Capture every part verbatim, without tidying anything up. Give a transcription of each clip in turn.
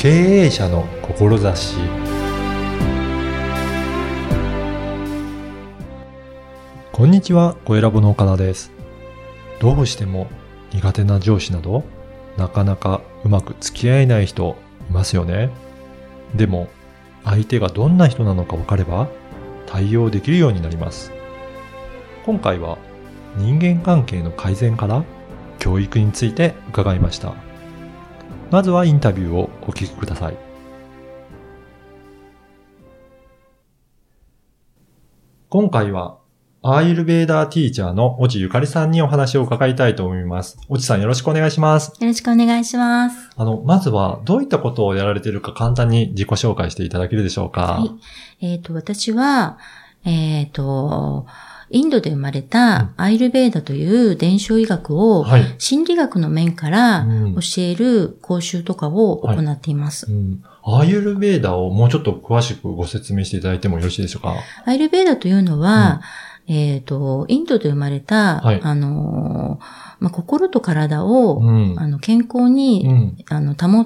経営者の志。こんにちは、小ラボの岡田です。どうしても苦手な上司など、なかなかうまく付き合えない人いますよね。でも、相手がどんな人なのか分かれば、対応できるようになります。今回は、人間関係の改善から教育について伺いました。まずはインタビューをお聞きください。今回はアーユルヴェーダーティーチャーの越智ゆかりさんにお話を伺いたいと思います。越智さんよろしくお願いします。 よろしくお願いします。 あの、まずはどういったことをやられているか簡単に自己紹介していただけるでしょうか。 はい。えっと、私は、えっと、インドで生まれたアーユルヴェーダという伝承医学を心理学の面から教える講習とかを行っています。 はいうん、アーユルヴェーダをもうちょっと詳しくご説明していただいてもよろしいでしょうか。 アーユルヴェーダというのは、うん、えっと、インドで生まれた、はい、あの、まあ、心と体を、うん、あの健康に、うん、あの保って、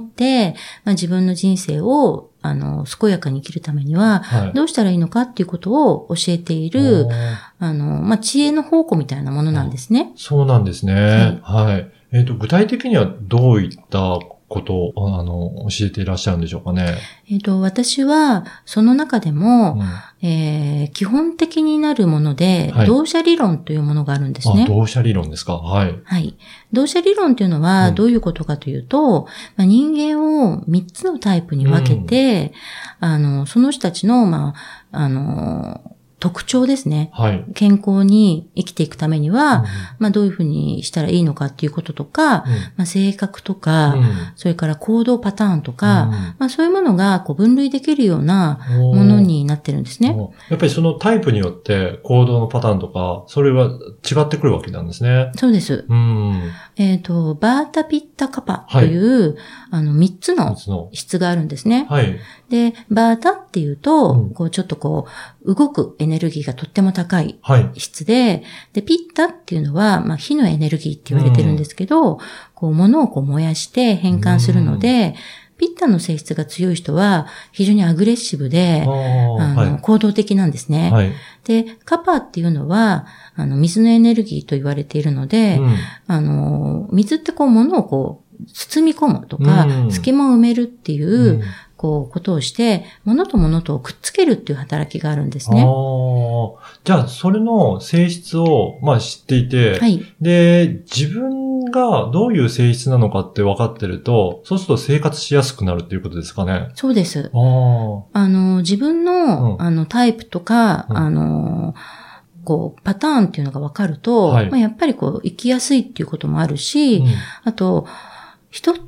まあ、自分の人生をあの、健やかに生きるためには、どうしたらいいのかっていうことを教えている、はい、あの、まあ、知恵の宝庫みたいなものなんですね。 そうなんですね。はい。はい、えっと、具体的にはどういったことを、あの、教えていらっしゃるんでしょうかね。 えっと、私は、その中でも、うんえー、基本的になるもので、はい、動写理論というものがあるんですね。 あ、動写理論ですか。はい。 はい。動写理論というのは、どういうことかというと、うんまあ、人間をみっつのタイプに分けて、うん、あの、その人たちの、まあ、あの、特徴ですね。はい。健康に生きていくためには、うん、まあどういうふうにしたらいいのかっていうこととか、うんまあ、性格とか、うん、それから行動パターンとか、うん、まあそういうものがこう分類できるようなものになってるんですね。 やっぱりそのタイプによって行動のパターンとか、それは違ってくるわけなんですね。 そうです。うん、えっと、バータピッタカパという、はい、あのみっつの質があるんですね。はい。で、バータっていうと、うん、こうちょっとこう、動くエネルギーがとっても高い質で、はい、で、ピッタっていうのは、まあ、火のエネルギーって言われてるんですけど、うん、こう、物をこう燃やして変換するので、うん、ピッタの性質が強い人は、非常にアグレッシブで、あの、はい、行動的なんですね。はい、で、カパっていうのは、あの、水のエネルギーと言われているので、うん、あの、水ってこう、物をこう、包み込むとか、うん、隙間を埋めるっていう、うんこう、ことをして、物と物とをくっつけるっていう働きがあるんですね。 あじゃあ、それの性質を、まあ知っていて、はい、で、自分がどういう性質なのかって分かってると、そうすると生活しやすくなるっていうことですかね。 そうです。ああの、自分の、うん、あの、タイプとか、うん、あの、こう、パターンっていうのが分かると、はいまあ、やっぱりこう、生きやすいっていうこともあるし、うん、あと、人って、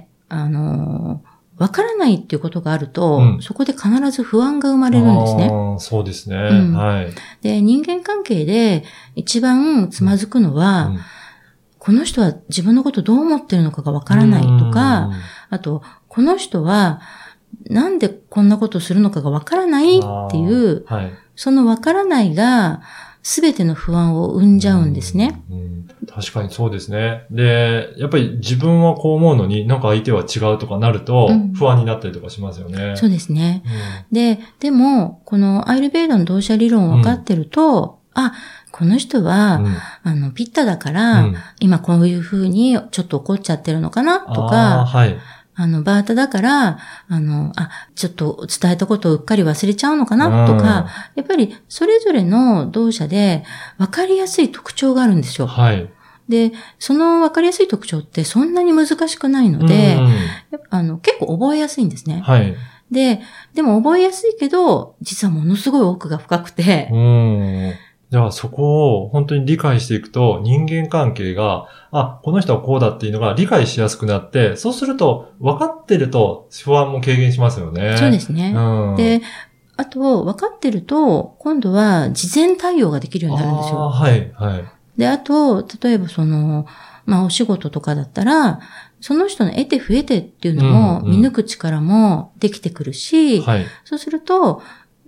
あの、わからないっていうことがあると、うん、そこで必ず不安が生まれるんですね。 あそうですね、うん。はい。 で、人間関係で一番つまずくのは、うん、この人は自分のことどう思ってるのかがわからないとか、あと、この人はなんでこんなことするのかがわからないっていう、はい、そのわからないが、すべての不安を生んじゃうんですね、 うんうん。確かにそうですね。で、やっぱり自分はこう思うのになんか相手は違うとかなると不安になったりとかしますよね。 うん、そうですね、うん。で、でも、このアーユルヴェーダの動写理論を分かってると、うん、あ、この人は、うん、あの、ピッタだから、うん、今こういう風にちょっと怒っちゃってるのかなとか、はいあの、バータだから、あの、あ、ちょっと伝えたことをうっかり忘れちゃうのかなとか、やっぱりそれぞれの動作で分かりやすい特徴があるんですよ。はい。で、その分かりやすい特徴ってそんなに難しくないので、あの、結構覚えやすいんですね。はい。で、でも覚えやすいけど、実はものすごい奥が深くて、 うんじゃあそこを本当に理解していくと人間関係が、あ、この人はこうだっていうのが理解しやすくなって、そうすると分かってると不安も軽減しますよね。 そうですね。うん、で、あと分かってると今度は事前対応ができるようになるんですよ。 はい、はい。 で、あと、例えばその、まあお仕事とかだったら、その人の得て増えてっていうのも見抜く力もできてくるし、うんうんはい、そうすると、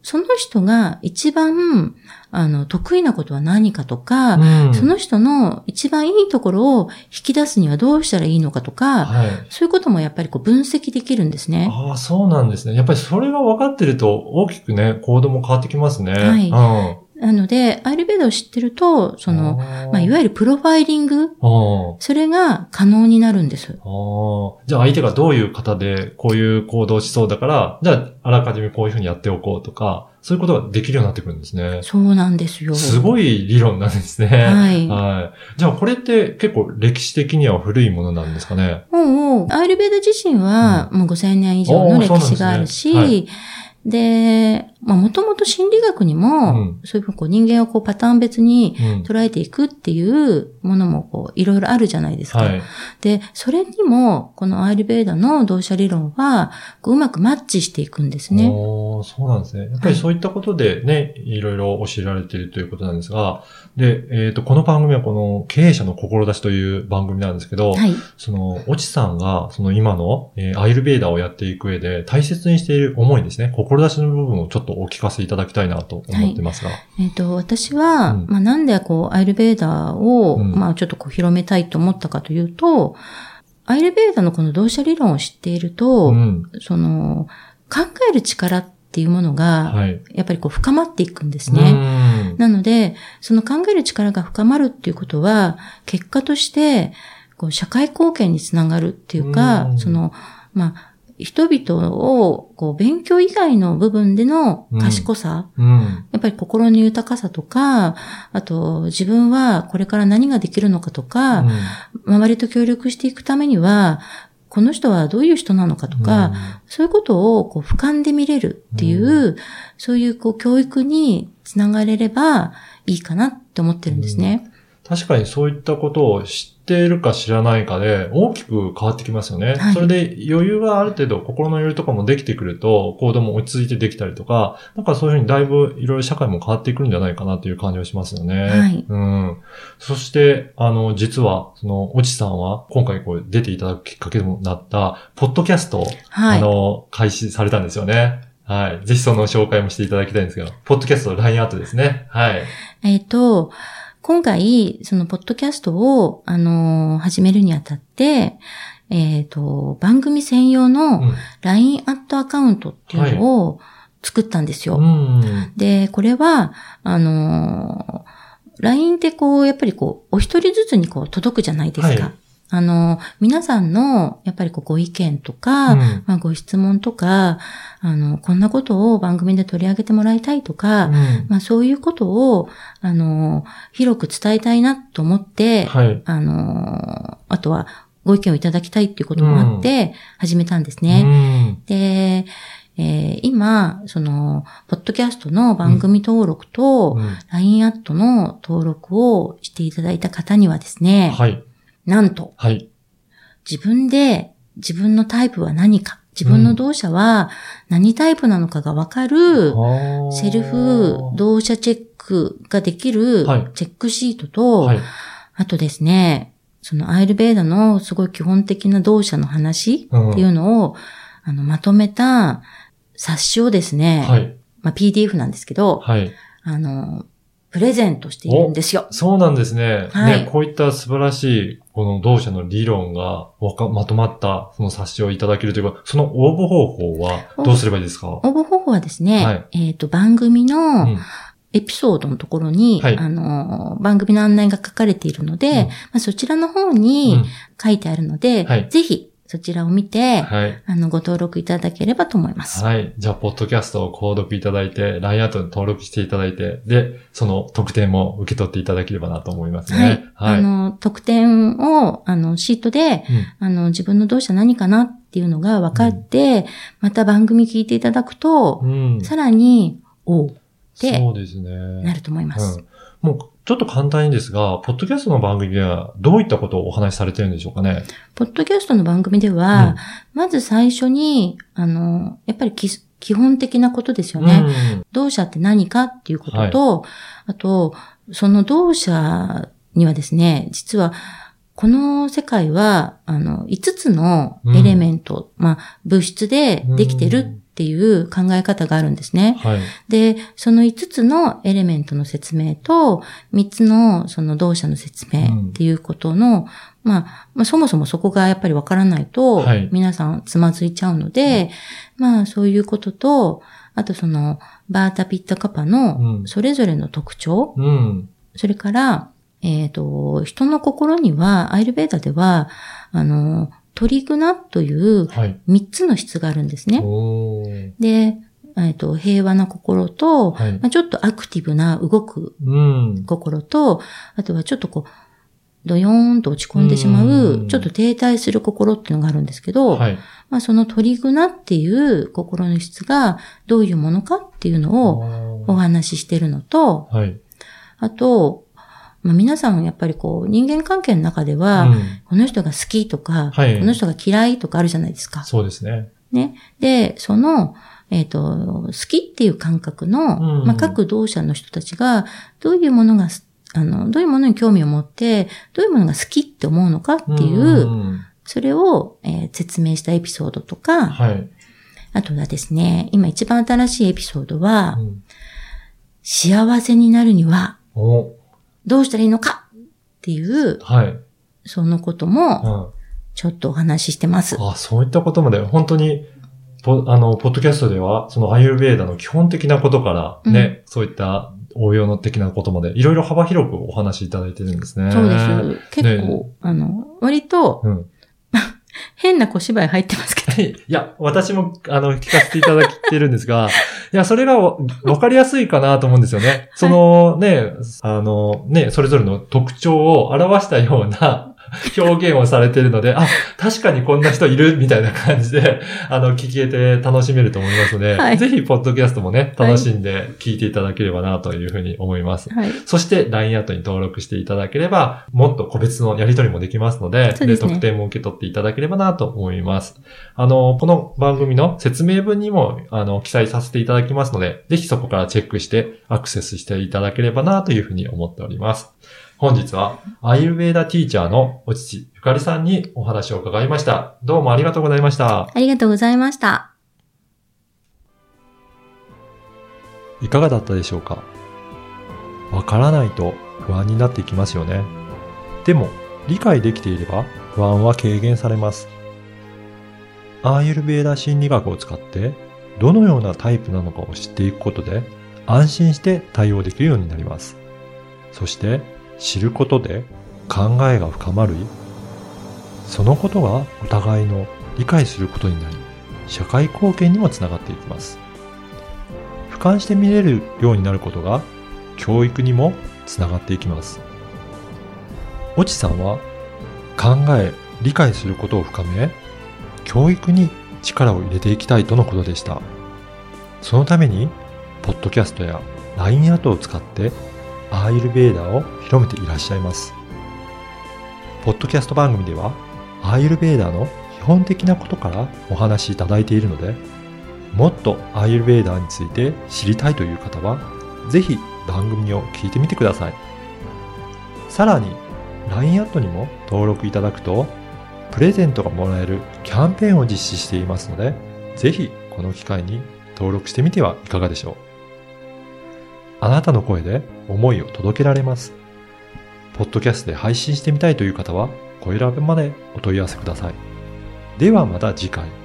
その人が一番、あの、得意なことは何かとか、うん、その人の一番いいところを引き出すにはどうしたらいいのかとか、はい、そういうこともやっぱりこう分析できるんですね。 ああ、そうなんですね。やっぱりそれが分かってると大きくね、行動も変わってきますね。 はい。うんなので、アイルベーダを知ってると、その、まあ、いわゆるプロファイリング、それが可能になるんです。 あじゃあ相手がどういう方で、こういう行動しそうだから、じゃああらかじめこういうふうにやっておこうとか、そういうことができるようになってくるんですね。 そうなんですよ。 すごい理論なんですね。はい。はい。じゃあこれって結構歴史的には古いものなんですかね。 もう、アイルベーダ自身はもうごせんねん以上の歴史があるし、で、まあ、もともと心理学にも、うん、そういうこう人間をこうパターン別に捉えていくっていうものもこういろいろあるじゃないですか。はい、で、それにも、このアイルベーダの動写理論は、こううまくマッチしていくんですね。 おー、そうなんですね。やっぱりそういったことでね、はい、いろいろ教えられているということなんですが、で、えっと、この番組はこの経営者の志という番組なんですけど、はい、その、越智さんが、その今の、えー、アイルベーダをやっていく上で大切にしている思いですね、志の部分をちょっとお聞かせいただきたいなと思ってますが。はい、 えっと、私は、うん、まあ、なんでこう、アイルベーダを、うん、まあ、ちょっとこう、広めたいと思ったかというと、アイルベーダのこの動写理論を知っていると、うん、その、考える力っていうものが、はい、やっぱりこう、深まっていくんですね。なので、その考える力が深まるっていうことは、結果として、こう、社会貢献につながるっていうか、その、まあ、人々を、こう、勉強以外の部分での賢さ、うんうん、やっぱり心の豊かさとか、あと、自分はこれから何ができるのかとか、うん、周りと協力していくためには、この人はどういう人なのかとか、うん、そういうことをこう俯瞰で見れるっていう、うん、そういうこう教育につながれればいいかなって思ってるんですね。 うん確かにそういったことを知っているか知らないかで大きく変わってきますよね。はい、それで余裕がある程度心の余裕とかもできてくると行動も落ち着いてできたりとか、なんかそういうふうにだいぶいろいろ社会も変わっていくんじゃないかなという感じがしますよね。はい。うん。そして、あの、実は、その、越智さんは今回こう出ていただくきっかけにもなった、ポッドキャストを、はい、あの、開始されたんですよね。はい。ぜひその紹介もしていただきたいんですけど、ポッドキャスト ライン アートですね。はい。 えっと、今回、そのポッドキャストを、あのー、始めるにあたって、えっと、番組専用の ライン アットアカウントっていうのを作ったんですよ。はい、で、これは、あのー、ライン ってこう、やっぱりこう、お一人ずつにこう、届くじゃないですか。はいあの、皆さんの、やっぱりこうご意見とか、うんまあ、ご質問とか、あの、こんなことを番組で取り上げてもらいたいとか、うんまあ、そういうことを、あの、広く伝えたいなと思って、はい、あの、あとはご意見をいただきたいっていうこともあって、始めたんですね。うん、で、えー、今、その、ポッドキャストの番組登録と、うんうん、ライン アットの登録をしていただいた方にはですね、はいなんと、はい、自分で自分のタイプは何か、自分の動写は何タイプなのかがわかる、うん、セルフ動写チェックができるチェックシートと、はい、あとですね、そのアイルベーダのすごい基本的な動写の話っていうのを、うん、あのまとめた冊子をですね、はい、まあ、ピーディーエフ なんですけど、はい、あの、プレゼントしているんですよ。 そうなんですね。はい、ね、こういった素晴らしい、この同社の理論がわかまとまったその冊子をいただけるというか、その応募方法はどうすればいいですか？ 応募方法はですね、はい、えっと、番組のエピソードのところに、うん、あの、番組の案内が書かれているので、うんまあ、そちらの方に書いてあるので、うんはい、ぜひ、そちらを見て、はい、あの、ご登録いただければと思います。 はい。じゃあ、ポッドキャストを購読いただいて、ライン アートに登録していただいて、で、その特典も受け取っていただければなと思いますね。 はい。はい、あの、特典を、あの、シートで、うん、あの、自分の動写何かなっていうのが分かって、うん、また番組聞いていただくと、うん、さらに、おうってそうですね。 なると思います。 うん、もうちょっと簡単にですが、ポッドキャストの番組ではどういったことをお話しされてるんでしょうかね。 ポッドキャストの番組では、うん、まず最初に、あの、やっぱり基本的なことですよね。うん、動写って何かっていうことと、はい、あと、その動写にはですね、実は、この世界は、あの、いつつのエレメント、うん、まあ、物質でできてるっっていう考え方があるんですね。はい、で、そのいつつのエレメントの説明と、みっつのその動作の説明っていうことの、うん、まあ、まあ、そもそもそこがやっぱりわからないと、はい、皆さんつまずいちゃうので、うん、まあ、そういうことと、あとその、バータピッタカパのそれぞれの特徴、うん、それから、えっと、人の心には、アイルベーダでは、あの、トリグナというみっつの質があるんですね。はい、で、えっと、平和な心と、はい、まあ、ちょっとアクティブな動く心と、うん、あとはちょっとこう、ドヨーンと落ち込んでしまう、ちょっと停滞する心っていうのがあるんですけど、はい、まあ、そのトリグナっていう心の質がどういうものかっていうのをお話ししてるのと、はい、あと、まあ、皆さんやっぱりこう人間関係の中では、うん、この人が好きとか、はい、この人が嫌いとかあるじゃないですか。 そうですね。 ね。で、その、えっと、好きっていう感覚の、うん、まあ、各同者の人たちがどういうものが、あの、どういうものに興味を持って、どういうものが好きって思うのかっていう、うん、それを、えー、説明したエピソードとか、はい、あとはですね、今一番新しいエピソードは、うん、幸せになるには、どうしたらいいのかっていう、はい、そのことも、ちょっとお話ししてます。 うん、あ、そういったことまで、本当に、ポあの、ポッドキャストでは、そのアイルベーダの基本的なことからね、うん、そういった応用の的なことまで、いろいろ幅広くお話しいただいてるんですね。 そうです。結構、ね、あの、割と、うん、変な小芝居入ってますけど。 いや、私も、あの、聞かせていただいてるんですが、いや、それがわかりやすいかなと思うんですよね。そのね、あの、ね、それぞれの特徴を表したような表現をされているので、あ、確かにこんな人いるみたいな感じで、あの、聞けて楽しめると思いますので、はい、ぜひ、ポッドキャストもね、楽しんで聞いていただければなというふうに思います。はい、そして、ライン アットに登録していただければ、もっと個別のやり取りもできますので、で、ね、特典も受け取っていただければなと思います。あの、この番組の説明文にも、あの、記載させていただきますので、ぜひそこからチェックしてアクセスしていただければなというふうに思っております。本日はアイルベーダティーチャーのお父ゆかりさんにお話を伺いました。どうもありがとうございました。 ありがとうございました。 いかがだったでしょうか。わからないと不安になっていきますよね。でも理解できていれば不安は軽減されます。アーユルベーダ心理学を使ってどのようなタイプなのかを知っていくことで安心して対応できるようになります。そして知ることで考えが深まり、そのことがお互いの理解することになり、社会貢献にもつながっていきます。俯瞰して見れるようになることが教育にもつながっていきます。越智さんは考え、理解することを深め、教育に力を入れていきたいとのことでした。そのために、ポッドキャストや ライン アートを使ってアーユルベーダを広めていらっしゃいます。ポッドキャスト番組ではアーユルベーダの基本的なことからお話しいただいているので、もっとアーユルベーダについて知りたいという方はぜひ番組を聞いてみてください。さらに ライン アットにも登録いただくとプレゼントがもらえるキャンペーンを実施していますので、ぜひこの機会に登録してみてはいかがでしょう。あなたの声で思いを届けられます。ポッドキャストで配信してみたいという方は、声ラボまでお問い合わせください。ではまた次回。